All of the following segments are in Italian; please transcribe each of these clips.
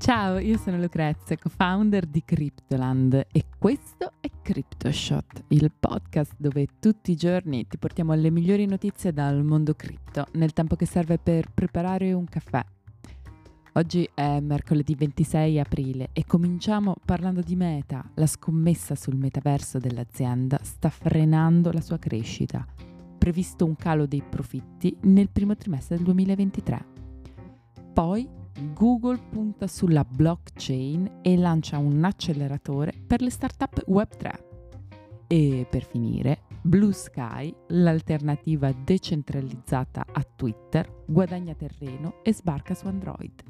Ciao, io sono Lucrezia, co-founder di Cryptoland e questo è CryptoShot, il podcast dove tutti i giorni ti portiamo le migliori notizie dal mondo cripto nel tempo che serve per preparare un caffè. Oggi è mercoledì 26 aprile e cominciamo parlando di Meta. La scommessa sul metaverso dell'azienda sta frenando la sua crescita. Previsto un calo dei profitti nel primo trimestre del 2023. Poi Google punta sulla blockchain e lancia un acceleratore per le startup Web3. E per finire, Blue Sky, l'alternativa decentralizzata a Twitter, guadagna terreno e sbarca su Android.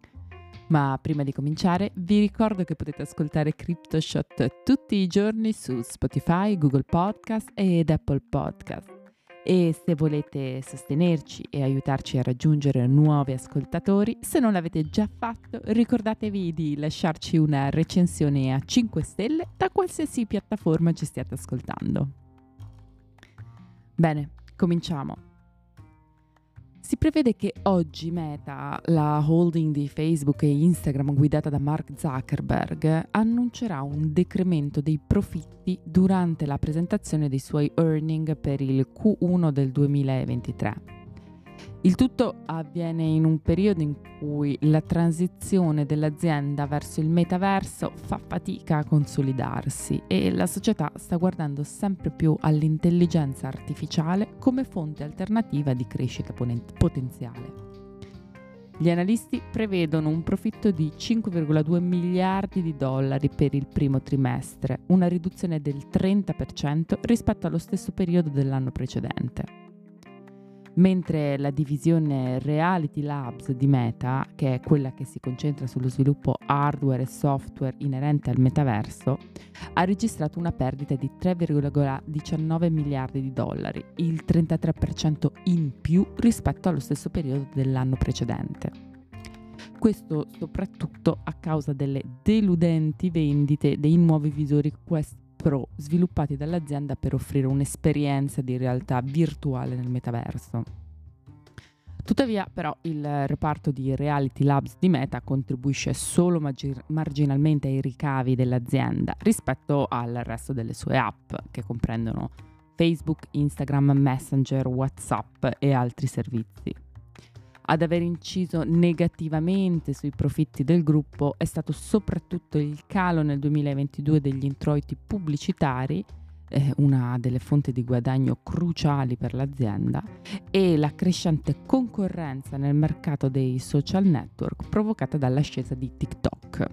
Ma prima di cominciare, vi ricordo che potete ascoltare CryptoShot tutti i giorni su Spotify, Google Podcast ed Apple Podcast. E se volete sostenerci e aiutarci a raggiungere nuovi ascoltatori, se non l'avete già fatto, ricordatevi di lasciarci una recensione a 5 stelle da qualsiasi piattaforma ci stiate ascoltando. Bene, cominciamo. Si prevede che oggi Meta, la holding di Facebook e Instagram guidata da Mark Zuckerberg, annuncerà un decremento dei profitti durante la presentazione dei suoi earning per il Q1 del 2023. Il tutto avviene in un periodo in cui la transizione dell'azienda verso il metaverso fa fatica a consolidarsi e la società sta guardando sempre più all'intelligenza artificiale come fonte alternativa di crescita potenziale. Gli analisti prevedono un profitto di 5,2 miliardi di dollari per il primo trimestre, una riduzione del 30% rispetto allo stesso periodo dell'anno precedente. Mentre la divisione Reality Labs di Meta, che è quella che si concentra sullo sviluppo hardware e software inerente al metaverso, ha registrato una perdita di 3,19 miliardi di dollari, il 33% in più rispetto allo stesso periodo dell'anno precedente. Questo soprattutto a causa delle deludenti vendite dei nuovi visori Quest Pro sviluppati dall'azienda per offrire un'esperienza di realtà virtuale nel metaverso. Tuttavia, però, il reparto di Reality Labs di Meta contribuisce solo marginalmente ai ricavi dell'azienda rispetto al resto delle sue app, che comprendono Facebook, Instagram, Messenger, WhatsApp e altri servizi. Ad aver inciso negativamente sui profitti del gruppo è stato soprattutto il calo nel 2022 degli introiti pubblicitari, una delle fonti di guadagno cruciali per l'azienda, e la crescente concorrenza nel mercato dei social network provocata dall'ascesa di TikTok.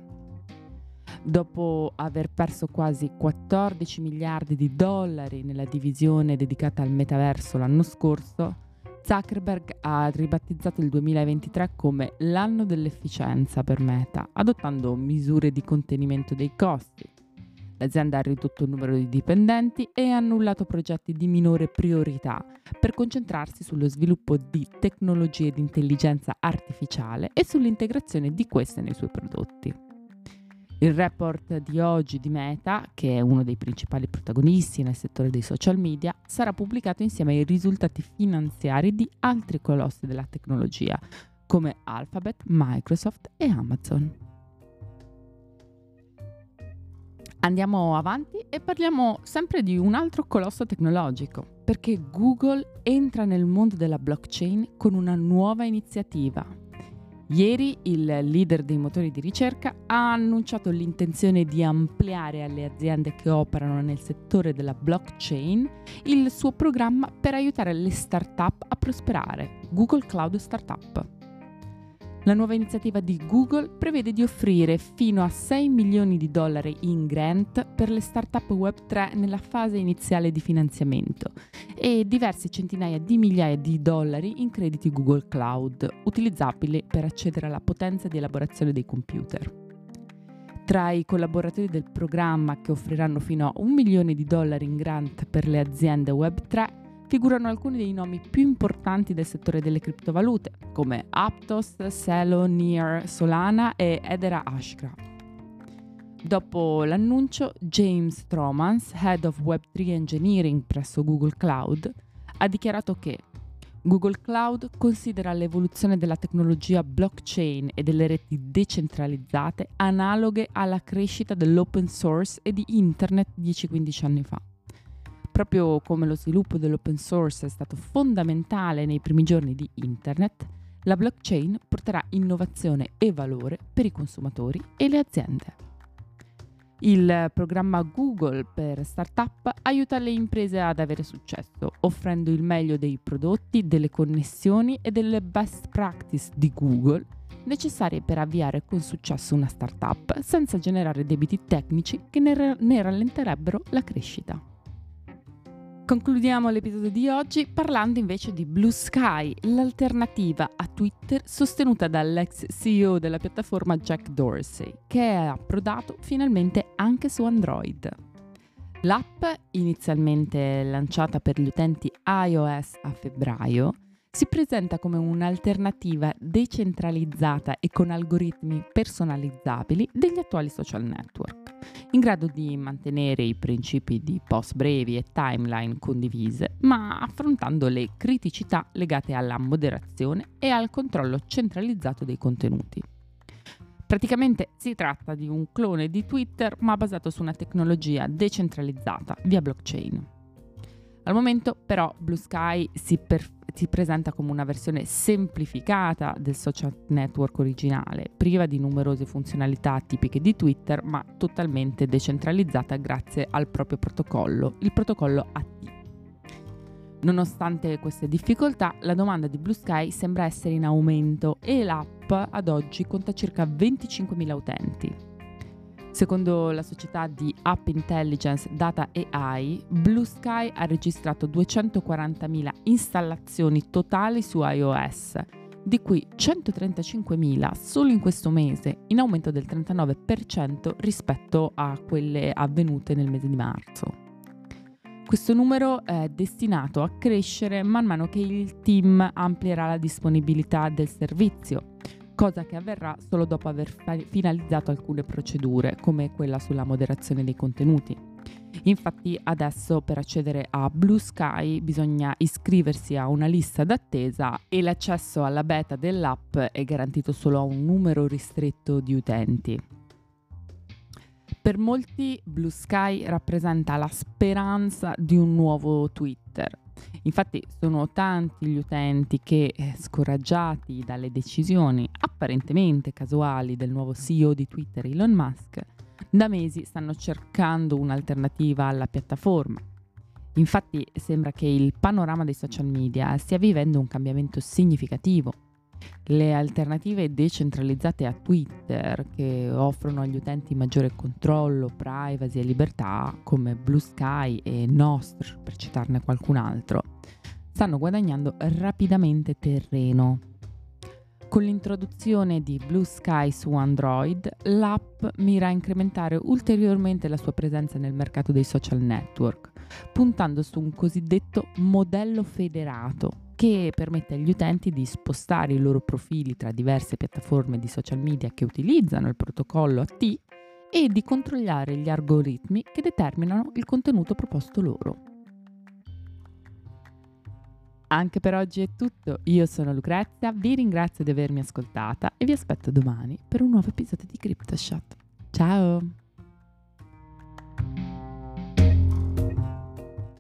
Dopo aver perso quasi 14 miliardi di dollari nella divisione dedicata al metaverso l'anno scorso, Zuckerberg ha ribattezzato il 2023 come l'anno dell'efficienza per Meta, adottando misure di contenimento dei costi. L'azienda ha ridotto il numero di dipendenti e ha annullato progetti di minore priorità per concentrarsi sullo sviluppo di tecnologie di intelligenza artificiale e sull'integrazione di queste nei suoi prodotti. Il report di oggi di Meta, che è uno dei principali protagonisti nel settore dei social media, sarà pubblicato insieme ai risultati finanziari di altri colossi della tecnologia, come Alphabet, Microsoft e Amazon. Andiamo avanti e parliamo sempre di un altro colosso tecnologico, perché Google entra nel mondo della blockchain con una nuova iniziativa. Ieri il leader dei motori di ricerca ha annunciato l'intenzione di ampliare alle aziende che operano nel settore della blockchain il suo programma per aiutare le start-up a prosperare, Google Cloud Startup. La nuova iniziativa di Google prevede di offrire fino a 6 milioni di dollari in grant per le start-up Web3 nella fase iniziale di finanziamento e diverse centinaia di migliaia di dollari in crediti Google Cloud, utilizzabili per accedere alla potenza di elaborazione dei computer. Tra i collaboratori del programma che offriranno fino a 1 milione di dollari in grant per le aziende Web3 figurano alcuni dei nomi più importanti del settore delle criptovalute, come Aptos, Celo, Near, Solana e Hedera Hashgraph. Dopo l'annuncio, James Tromans, Head of Web3 Engineering presso Google Cloud, ha dichiarato che Google Cloud considera l'evoluzione della tecnologia blockchain e delle reti decentralizzate analoghe alla crescita dell'open source e di Internet 10-15 anni fa. Proprio come lo sviluppo dell'open source è stato fondamentale nei primi giorni di Internet, la blockchain porterà innovazione e valore per i consumatori e le aziende. Il programma Google per Startup aiuta le imprese ad avere successo, offrendo il meglio dei prodotti, delle connessioni e delle best practice di Google necessarie per avviare con successo una startup senza generare debiti tecnici che ne rallenterebbero la crescita. Concludiamo l'episodio di oggi parlando invece di Blue Sky, l'alternativa a Twitter sostenuta dall'ex CEO della piattaforma Jack Dorsey, che è approdato finalmente anche su Android. L'app, inizialmente lanciata per gli utenti iOS a febbraio, si presenta come un'alternativa decentralizzata e con algoritmi personalizzabili degli attuali social network, in grado di mantenere i principi di post brevi e timeline condivise, ma affrontando le criticità legate alla moderazione e al controllo centralizzato dei contenuti. Praticamente si tratta di un clone di Twitter, ma basato su una tecnologia decentralizzata via blockchain. Al momento però Blue Sky si presenta come una versione semplificata del social network originale, priva di numerose funzionalità tipiche di Twitter, ma totalmente decentralizzata grazie al proprio protocollo, il protocollo AT. Nonostante queste difficoltà, la domanda di Blue Sky sembra essere in aumento e l'app ad oggi conta circa 25.000 utenti. Secondo la società di App Intelligence Data AI, Blue Sky ha registrato 240.000 installazioni totali su iOS, di cui 135.000 solo in questo mese, in aumento del 39% rispetto a quelle avvenute nel mese di marzo. Questo numero è destinato a crescere man mano che il team amplierà la disponibilità del servizio, cosa che avverrà solo dopo aver finalizzato alcune procedure, come quella sulla moderazione dei contenuti. Infatti adesso per accedere a Blue Sky bisogna iscriversi a una lista d'attesa e l'accesso alla beta dell'app è garantito solo a un numero ristretto di utenti. Per molti Blue Sky rappresenta la speranza di un nuovo Twitter. Infatti sono tanti gli utenti che, scoraggiati dalle decisioni apparentemente casuali del nuovo CEO di Twitter Elon Musk, da mesi stanno cercando un'alternativa alla piattaforma. Infatti sembra che il panorama dei social media stia vivendo un cambiamento significativo. Le alternative decentralizzate a Twitter, che offrono agli utenti maggiore controllo, privacy e libertà, come Blue Sky e Nostr, per citarne qualcun altro, stanno guadagnando rapidamente terreno. Con l'introduzione di Blue Sky su Android, l'app mira a incrementare ulteriormente la sua presenza nel mercato dei social network, puntando su un cosiddetto modello federato, che permette agli utenti di spostare i loro profili tra diverse piattaforme di social media che utilizzano il protocollo AT e di controllare gli algoritmi che determinano il contenuto proposto loro. Anche per oggi è tutto, io sono Lucrezia, vi ringrazio di avermi ascoltata e vi aspetto domani per un nuovo episodio di CryptoShot. Ciao!